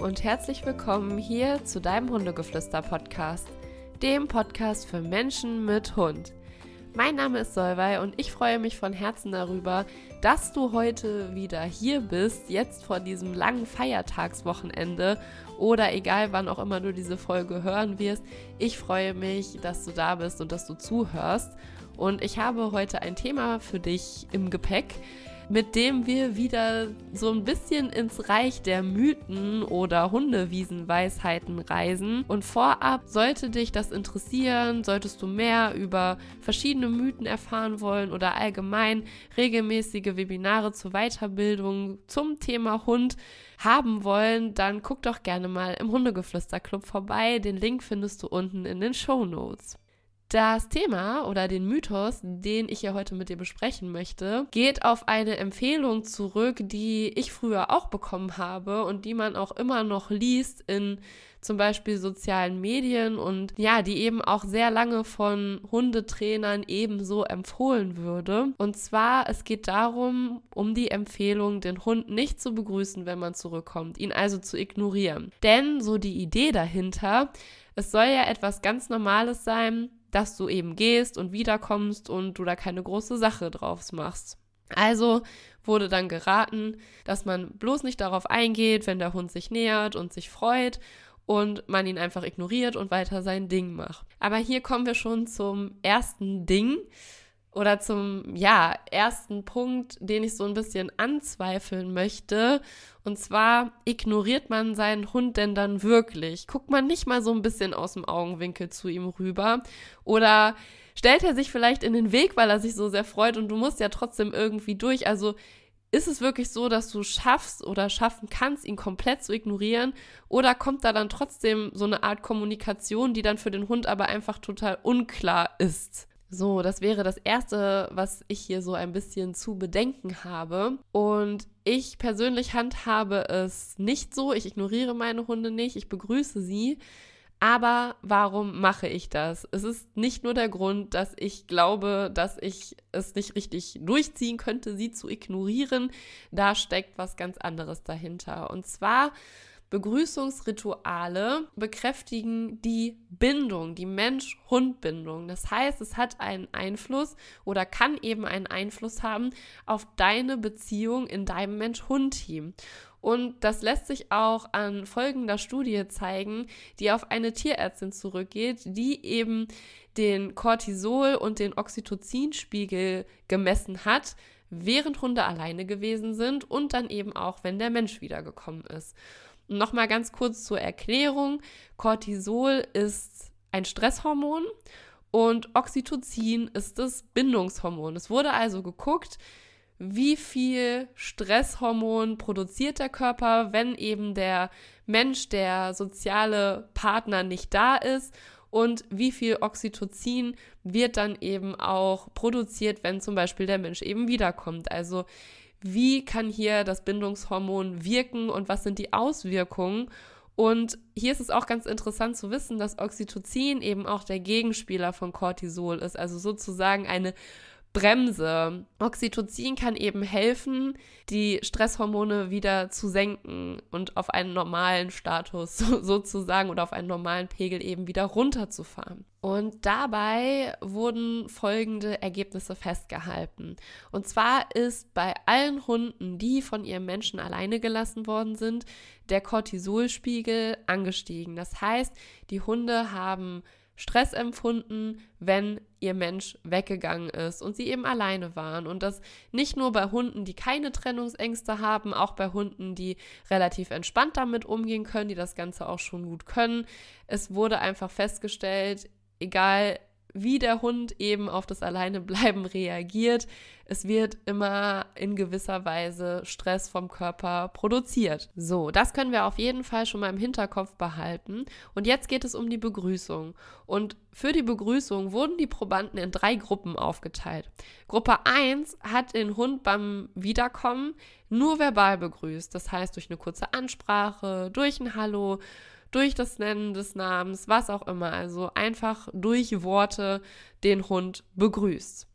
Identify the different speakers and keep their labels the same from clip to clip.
Speaker 1: und herzlich willkommen hier zu deinem Hundegeflüster-Podcast, dem Podcast für Menschen mit Hund. Mein Name ist Solveig und ich freue mich von Herzen darüber, dass du heute wieder hier bist, jetzt vor diesem langen Feiertagswochenende oder egal wann auch immer du diese Folge hören wirst. Ich freue mich, dass du da bist und dass du zuhörst. Und ich habe heute ein Thema für dich im Gepäck, mit dem wir wieder so ein bisschen ins Reich der Mythen oder Hundewiesenweisheiten reisen. Und vorab, sollte dich das interessieren, solltest du mehr über verschiedene Mythen erfahren wollen oder allgemein regelmäßige Webinare zur Weiterbildung zum Thema Hund haben wollen, dann guck doch gerne mal im Hundegeflüster-Club vorbei. Den Link findest du unten in den Shownotes. Das Thema oder den Mythos, den ich ja heute mit dir besprechen möchte, geht auf eine Empfehlung zurück, die ich früher auch bekommen habe und die man auch immer noch liest in zum Beispiel sozialen Medien und ja, die eben auch sehr lange von Hundetrainern ebenso empfohlen würde. Und zwar, es geht darum, um die Empfehlung, den Hund nicht zu begrüßen, wenn man zurückkommt, ihn also zu ignorieren. Denn so die Idee dahinter, es soll ja etwas ganz Normales sein, dass du eben gehst und wiederkommst und du da keine große Sache draus machst. Also wurde dann geraten, dass man bloß nicht darauf eingeht, wenn der Hund sich nähert und sich freut und man ihn einfach ignoriert und weiter sein Ding macht. Aber hier kommen wir schon zum ersten Ding oder zum ersten Punkt, den ich so ein bisschen anzweifeln möchte. Und zwar, ignoriert man seinen Hund denn dann wirklich? Guckt man nicht mal so ein bisschen aus dem Augenwinkel zu ihm rüber? Oder stellt er sich vielleicht in den Weg, weil er sich so sehr freut und du musst ja trotzdem irgendwie durch? Also ist es wirklich so, dass du schaffst oder schaffen kannst, ihn komplett zu ignorieren? Oder kommt da dann trotzdem so eine Art Kommunikation, die dann für den Hund aber einfach total unklar ist? So, das wäre das Erste, was ich hier so ein bisschen zu bedenken habe. Und ich persönlich handhabe es nicht so. Ich ignoriere meine Hunde nicht, ich begrüße sie. Aber warum mache ich das? Es ist nicht nur der Grund, dass ich glaube, dass ich es nicht richtig durchziehen könnte, sie zu ignorieren. Da steckt was ganz anderes dahinter. Und zwar Begrüßungsrituale bekräftigen die Bindung, die Mensch-Hund-Bindung. Das heißt, es hat einen Einfluss oder kann eben einen Einfluss haben auf deine Beziehung in deinem Mensch-Hund-Team. Und das lässt sich auch an folgender Studie zeigen, die auf eine Tierärztin zurückgeht, die eben den Cortisol- und den Oxytocinspiegel gemessen hat, während Hunde alleine gewesen sind und dann eben auch, wenn der Mensch wiedergekommen ist. Nochmal ganz kurz zur Erklärung. Cortisol ist ein Stresshormon und Oxytocin ist das Bindungshormon. Es wurde also geguckt, wie viel Stresshormon produziert der Körper, wenn eben der Mensch, der soziale Partner nicht da ist und wie viel Oxytocin wird dann eben auch produziert, wenn zum Beispiel der Mensch eben wiederkommt. Also wie kann hier das Bindungshormon wirken und was sind die Auswirkungen? Und hier ist es auch ganz interessant zu wissen, dass Oxytocin eben auch der Gegenspieler von Cortisol ist, also sozusagen eine Bremse. Oxytocin kann eben helfen, die Stresshormone wieder zu senken und auf einen normalen Status sozusagen oder auf einen normalen Pegel eben wieder runterzufahren. Und dabei wurden folgende Ergebnisse festgehalten. Und zwar ist bei allen Hunden, die von ihrem Menschen alleine gelassen worden sind, der Cortisolspiegel angestiegen. Das heißt, die Hunde haben Stress empfunden, wenn ihr Mensch weggegangen ist und sie eben alleine waren. Und das nicht nur bei Hunden, die keine Trennungsängste haben, auch bei Hunden, die relativ entspannt damit umgehen können, die das Ganze auch schon gut können. Es wurde einfach festgestellt, egal wie der Hund eben auf das Alleinebleiben reagiert, es wird immer in gewisser Weise Stress vom Körper produziert. So, das können wir auf jeden Fall schon mal im Hinterkopf behalten. Und jetzt geht es um die Begrüßung. Und für die Begrüßung wurden die Probanden in 3 Gruppen aufgeteilt. Gruppe 1 hat den Hund beim Wiederkommen nur verbal begrüßt. Das heißt, durch eine kurze Ansprache, durch ein Hallo, durch das Nennen des Namens, was auch immer. Also einfach durch Worte den Hund begrüßt.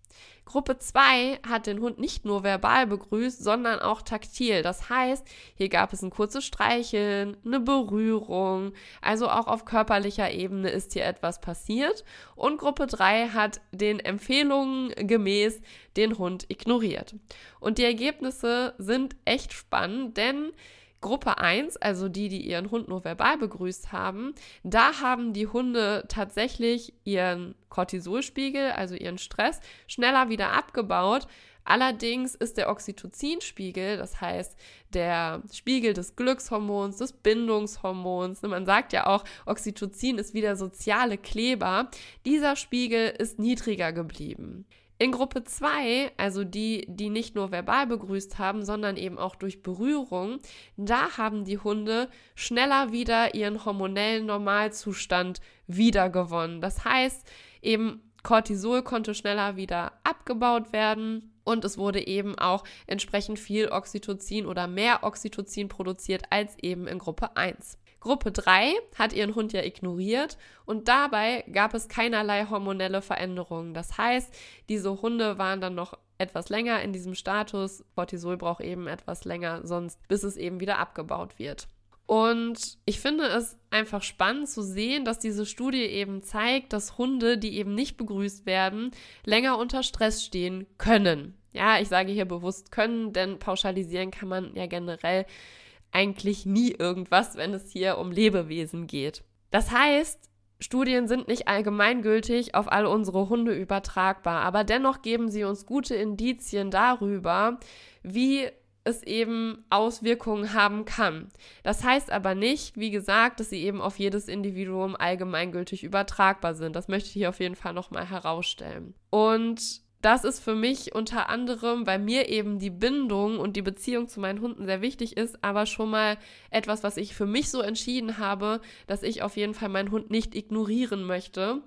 Speaker 1: Gruppe 2 hat den Hund nicht nur verbal begrüßt, sondern auch taktil. Das heißt, hier gab es ein kurzes Streicheln, eine Berührung, also auch auf körperlicher Ebene ist hier etwas passiert. Und Gruppe 3 hat den Empfehlungen gemäß den Hund ignoriert. Und die Ergebnisse sind echt spannend, denn Gruppe 1, also die ihren Hund nur verbal begrüßt haben, da haben die Hunde tatsächlich ihren Cortisolspiegel, also ihren Stress, schneller wieder abgebaut. Allerdings ist der Oxytocinspiegel, das heißt der Spiegel des Glückshormons, des Bindungshormons, man sagt ja auch, Oxytocin ist wie der soziale Kleber, dieser Spiegel ist niedriger geblieben. In Gruppe 2, also die nicht nur verbal begrüßt haben, sondern eben auch durch Berührung, da haben die Hunde schneller wieder ihren hormonellen Normalzustand wiedergewonnen. Das heißt, eben Cortisol konnte schneller wieder abgebaut werden und es wurde eben auch entsprechend viel Oxytocin oder mehr Oxytocin produziert als eben in Gruppe 1. Gruppe 3 hat ihren Hund ja ignoriert und dabei gab es keinerlei hormonelle Veränderungen. Das heißt, diese Hunde waren dann noch etwas länger in diesem Status. Cortisol braucht eben etwas länger, sonst bis es eben wieder abgebaut wird. Und ich finde es einfach spannend zu sehen, dass diese Studie eben zeigt, dass Hunde, die eben nicht begrüßt werden, länger unter Stress stehen können. Ja, ich sage hier bewusst können, denn pauschalisieren kann man ja generell eigentlich nie irgendwas, wenn es hier um Lebewesen geht. Das heißt, Studien sind nicht allgemeingültig auf all unsere Hunde übertragbar, aber dennoch geben sie uns gute Indizien darüber, wie es eben Auswirkungen haben kann. Das heißt aber nicht, wie gesagt, dass sie eben auf jedes Individuum allgemeingültig übertragbar sind. Das möchte ich hier auf jeden Fall nochmal herausstellen. Und das ist für mich unter anderem, weil mir eben die Bindung und die Beziehung zu meinen Hunden sehr wichtig ist, aber schon mal etwas, was ich für mich so entschieden habe, dass ich auf jeden Fall meinen Hund nicht ignorieren möchte.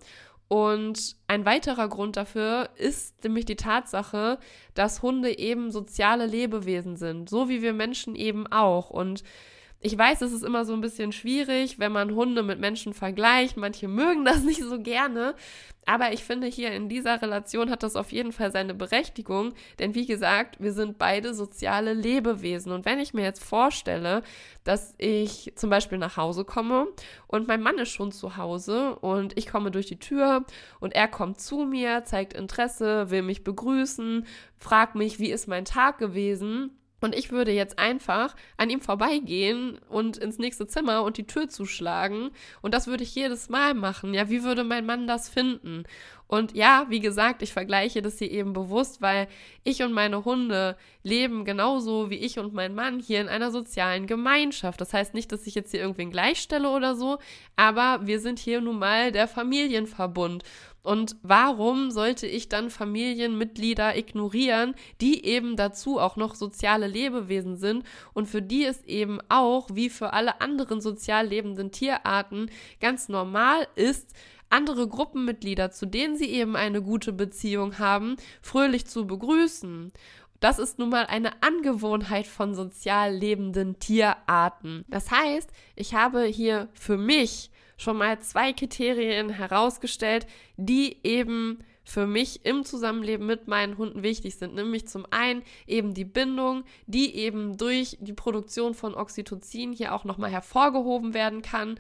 Speaker 1: Und ein weiterer Grund dafür ist nämlich die Tatsache, dass Hunde eben soziale Lebewesen sind, so wie wir Menschen eben auch. Und ich weiß, es ist immer so ein bisschen schwierig, wenn man Hunde mit Menschen vergleicht. Manche mögen das nicht so gerne. Aber ich finde, hier in dieser Relation hat das auf jeden Fall seine Berechtigung. Denn wie gesagt, wir sind beide soziale Lebewesen. Und wenn ich mir jetzt vorstelle, dass ich zum Beispiel nach Hause komme und mein Mann ist schon zu Hause und ich komme durch die Tür und er kommt zu mir, zeigt Interesse, will mich begrüßen, fragt mich, wie ist mein Tag gewesen? Und ich würde jetzt einfach an ihm vorbeigehen und ins nächste Zimmer und die Tür zuschlagen. Und das würde ich jedes Mal machen. Ja, wie würde mein Mann das finden? Und ja, wie gesagt, ich vergleiche das hier eben bewusst, weil ich und meine Hunde leben genauso wie ich und mein Mann hier in einer sozialen Gemeinschaft. Das heißt nicht, dass ich jetzt hier irgendwen gleichstelle oder so, aber wir sind hier nun mal der Familienverbund. Und warum sollte ich dann Familienmitglieder ignorieren, die eben dazu auch noch soziale Lebewesen sind und für die es eben auch, wie für alle anderen sozial lebenden Tierarten, ganz normal ist, andere Gruppenmitglieder, zu denen sie eben eine gute Beziehung haben, fröhlich zu begrüßen. Das ist nun mal eine Angewohnheit von sozial lebenden Tierarten. Das heißt, ich habe hier für mich schon mal 2 Kriterien herausgestellt, die eben für mich im Zusammenleben mit meinen Hunden wichtig sind. Nämlich zum einen eben die Bindung, die eben durch die Produktion von Oxytocin hier auch nochmal hervorgehoben werden kann.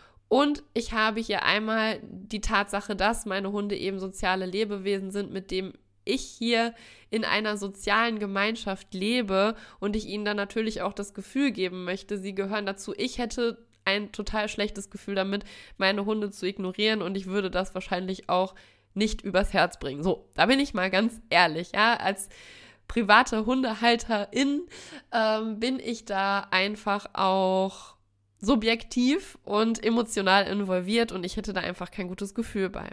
Speaker 1: Und ich habe hier einmal die Tatsache, dass meine Hunde eben soziale Lebewesen sind, mit dem ich hier in einer sozialen Gemeinschaft lebe und ich ihnen dann natürlich auch das Gefühl geben möchte, sie gehören dazu. Ich hätte ein total schlechtes Gefühl damit, meine Hunde zu ignorieren und ich würde das wahrscheinlich auch nicht übers Herz bringen. So, da bin ich mal ganz ehrlich, ja, als private Hundehalterin bin ich da einfach auch subjektiv und emotional involviert und ich hätte da einfach kein gutes Gefühl bei.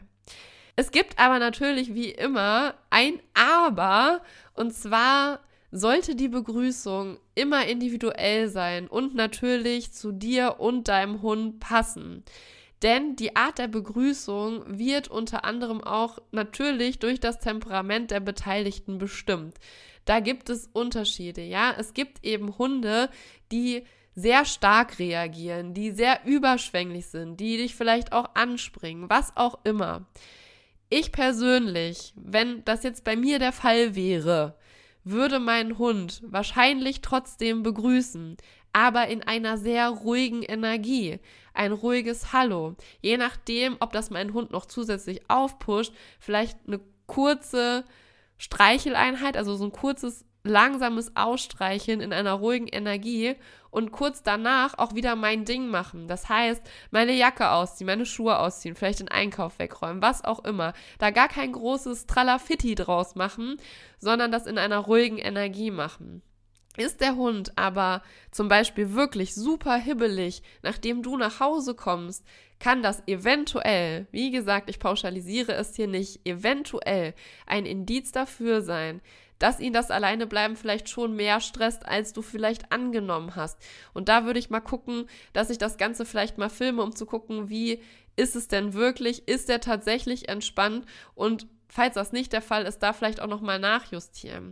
Speaker 1: Es gibt aber natürlich wie immer ein Aber, und zwar sollte die Begrüßung immer individuell sein und natürlich zu dir und deinem Hund passen. Denn die Art der Begrüßung wird unter anderem auch natürlich durch das Temperament der Beteiligten bestimmt. Da gibt es Unterschiede, ja. Es gibt eben Hunde, die sehr stark reagieren, die sehr überschwänglich sind, die dich vielleicht auch anspringen, was auch immer. Ich persönlich, wenn das jetzt bei mir der Fall wäre, würde meinen Hund wahrscheinlich trotzdem begrüßen, aber in einer sehr ruhigen Energie, ein ruhiges Hallo. Je nachdem, ob das mein Hund noch zusätzlich aufpusht, vielleicht eine kurze Streicheleinheit, also so ein kurzes, langsames Ausstreicheln in einer ruhigen Energie und kurz danach auch wieder mein Ding machen. Das heißt, meine Jacke ausziehen, meine Schuhe ausziehen, vielleicht den Einkauf wegräumen, was auch immer. Da gar kein großes Tralafitti draus machen, sondern das in einer ruhigen Energie machen. Ist der Hund aber zum Beispiel wirklich super hibbelig, nachdem du nach Hause kommst, kann das eventuell, wie gesagt, ich pauschalisiere es hier nicht, eventuell ein Indiz dafür sein, dass ihn das Alleinebleiben vielleicht schon mehr stresst, als du vielleicht angenommen hast. Und da würde ich mal gucken, dass ich das Ganze vielleicht mal filme, um zu gucken, wie ist es denn wirklich, ist er tatsächlich entspannt und falls das nicht der Fall ist, da vielleicht auch nochmal nachjustieren.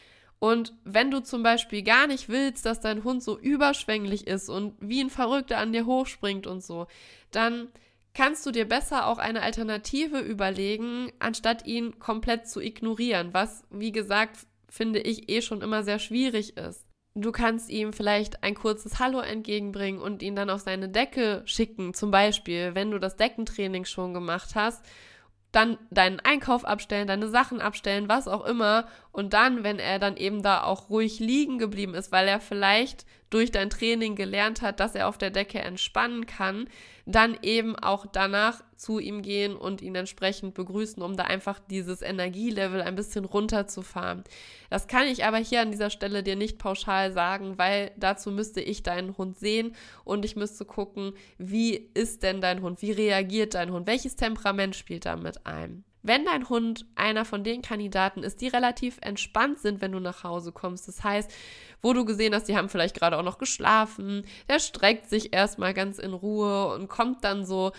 Speaker 1: Und wenn du zum Beispiel gar nicht willst, dass dein Hund so überschwänglich ist und wie ein Verrückter an dir hochspringt und so, dann kannst du dir besser auch eine Alternative überlegen, anstatt ihn komplett zu ignorieren, was, wie gesagt, finde ich schon immer sehr schwierig ist. Du kannst ihm vielleicht ein kurzes Hallo entgegenbringen und ihn dann auf seine Decke schicken, zum Beispiel, wenn du das Deckentraining schon gemacht hast, dann deinen Einkauf abstellen, deine Sachen abstellen, was auch immer. Und dann, wenn er dann eben da auch ruhig liegen geblieben ist, weil er vielleicht durch dein Training gelernt hat, dass er auf der Decke entspannen kann, dann eben auch danach zu ihm gehen und ihn entsprechend begrüßen, um da einfach dieses Energielevel ein bisschen runterzufahren. Das kann ich aber hier an dieser Stelle dir nicht pauschal sagen, weil dazu müsste ich deinen Hund sehen und ich müsste gucken, wie ist denn dein Hund, wie reagiert dein Hund, welches Temperament spielt da mit ein. Wenn dein Hund einer von den Kandidaten ist, die relativ entspannt sind, wenn du nach Hause kommst, das heißt, wo du gesehen hast, die haben vielleicht gerade auch noch geschlafen, der streckt sich erstmal ganz in Ruhe und kommt dann so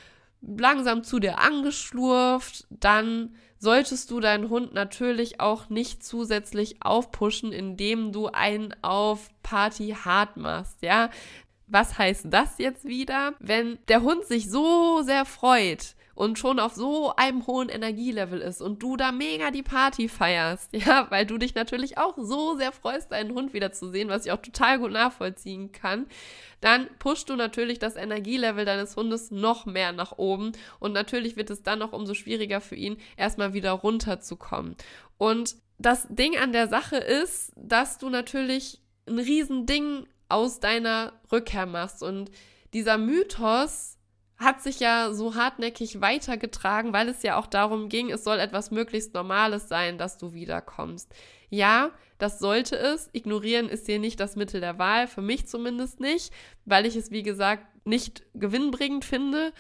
Speaker 1: langsam zu dir angeschlurft, dann solltest du deinen Hund natürlich auch nicht zusätzlich aufpushen, indem du einen auf Party hart machst, ja. Was heißt das jetzt wieder? Wenn der Hund sich so sehr freut und schon auf so einem hohen Energielevel ist und du da mega die Party feierst, ja, weil du dich natürlich auch so sehr freust, deinen Hund wiederzusehen, was ich auch total gut nachvollziehen kann, dann pushst du natürlich das Energielevel deines Hundes noch mehr nach oben und natürlich wird es dann noch umso schwieriger für ihn, erstmal wieder runterzukommen. Und das Ding an der Sache ist, dass du natürlich ein Riesending aus deiner Rückkehr machst und dieser Mythos hat sich ja so hartnäckig weitergetragen, weil es ja auch darum ging, es soll etwas möglichst Normales sein, dass du wiederkommst. Ja, das sollte es. Ignorieren ist hier nicht das Mittel der Wahl, für mich zumindest nicht, weil ich es, wie gesagt, nicht gewinnbringend finde.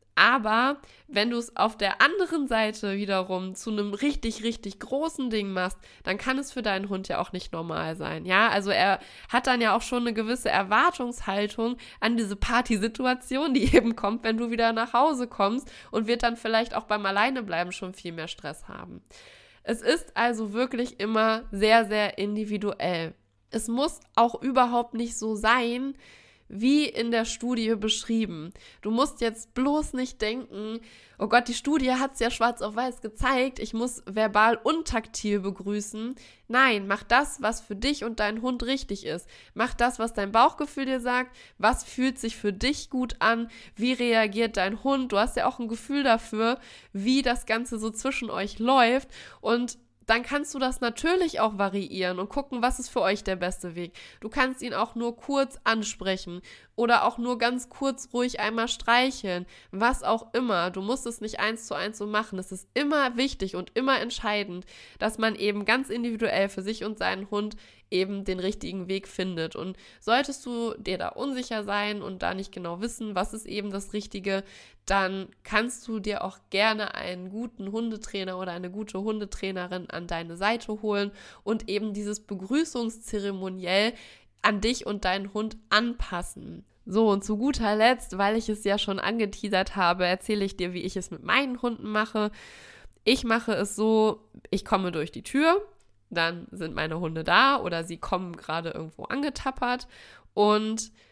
Speaker 1: Aber wenn du es auf der anderen Seite wiederum zu einem richtig, richtig großen Ding machst, dann kann es für deinen Hund ja auch nicht normal sein. Ja, also er hat dann ja auch schon eine gewisse Erwartungshaltung an diese Partysituation, die eben kommt, wenn du wieder nach Hause kommst und wird dann vielleicht auch beim Alleinebleiben schon viel mehr Stress haben. Es ist also wirklich immer sehr, sehr individuell. Es muss auch überhaupt nicht so sein, wie in der Studie beschrieben. Du musst jetzt bloß nicht denken, oh Gott, die Studie hat es ja schwarz auf weiß gezeigt, ich muss verbal und taktil begrüßen. Nein, mach das, was für dich und deinen Hund richtig ist. Mach das, was dein Bauchgefühl dir sagt, was fühlt sich für dich gut an, wie reagiert dein Hund. Du hast ja auch ein Gefühl dafür, wie das Ganze so zwischen euch läuft und dann kannst du das natürlich auch variieren und gucken, was ist für euch der beste Weg. Du kannst ihn auch nur kurz ansprechen oder auch nur ganz kurz ruhig einmal streicheln, was auch immer. Du musst es nicht 1:1 so machen. Es ist immer wichtig und immer entscheidend, dass man eben ganz individuell für sich und seinen Hund eben den richtigen Weg findet. Und solltest du dir da unsicher sein und da nicht genau wissen, was ist eben das Richtige, dann kannst du dir auch gerne einen guten Hundetrainer oder eine gute Hundetrainerin an deine Seite holen und eben dieses Begrüßungszeremoniell an dich und deinen Hund anpassen. So, und zu guter Letzt, weil ich es ja schon angeteasert habe, erzähle ich dir, wie ich es mit meinen Hunden mache. Ich mache es so, ich komme durch die Tür, dann sind meine Hunde da oder sie kommen gerade irgendwo angetappert und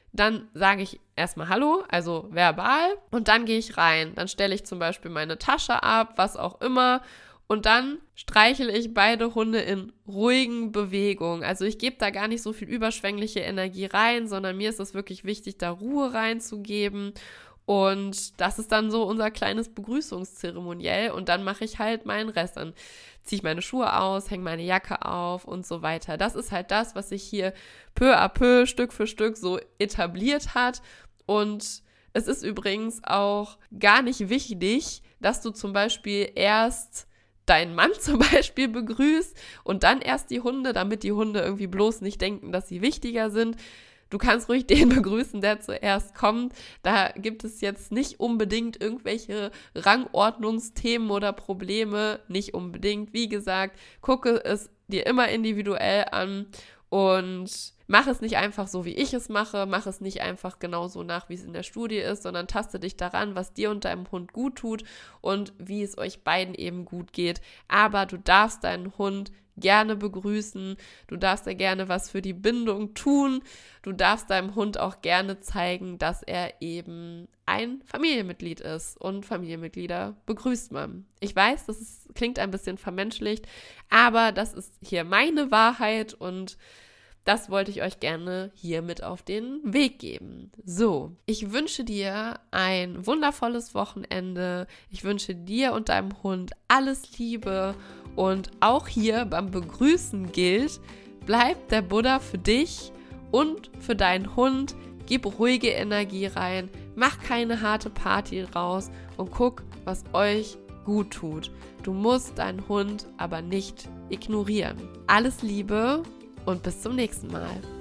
Speaker 1: dann sage ich erstmal Hallo, also verbal, und dann gehe ich rein. Dann stelle ich zum Beispiel meine Tasche ab, was auch immer, und dann streichle ich beide Hunde in ruhigen Bewegungen. Also ich gebe da gar nicht so viel überschwängliche Energie rein, sondern mir ist es wirklich wichtig, da Ruhe reinzugeben. Und das ist dann so unser kleines Begrüßungszeremoniell. Und dann mache ich halt meinen Rest. Dann ziehe ich meine Schuhe aus, hänge meine Jacke auf und so weiter. Das ist halt das, was sich hier peu à peu, Stück für Stück so etabliert hat. Und es ist übrigens auch gar nicht wichtig, dass du zum Beispiel erst deinen Mann zum Beispiel begrüßt und dann erst die Hunde, damit die Hunde irgendwie bloß nicht denken, dass sie wichtiger sind. Du kannst ruhig den begrüßen, der zuerst kommt. Da gibt es jetzt nicht unbedingt irgendwelche Rangordnungsthemen oder Probleme. Nicht unbedingt. Wie gesagt, gucke es dir immer individuell an und mach es nicht einfach so, wie ich es mache. Mach es nicht einfach genauso nach, wie es in der Studie ist, sondern taste dich daran, was dir und deinem Hund gut tut und wie es euch beiden eben gut geht. Aber du darfst deinen Hund gerne begrüßen, du darfst ja gerne was für die Bindung tun, du darfst deinem Hund auch gerne zeigen, dass er eben ein Familienmitglied ist und Familienmitglieder begrüßt man. Ich weiß, klingt ein bisschen vermenschlicht, aber das ist hier meine Wahrheit und das wollte ich euch gerne hier mit auf den Weg geben. So, ich wünsche dir ein wundervolles Wochenende. Ich wünsche dir und deinem Hund alles Liebe. Und auch hier beim Begrüßen gilt, bleib der Buddha für dich und für deinen Hund. Gib ruhige Energie rein, mach keine harte Party draus und guck, was euch gut tut. Du musst deinen Hund aber nicht ignorieren. Alles Liebe und bis zum nächsten Mal.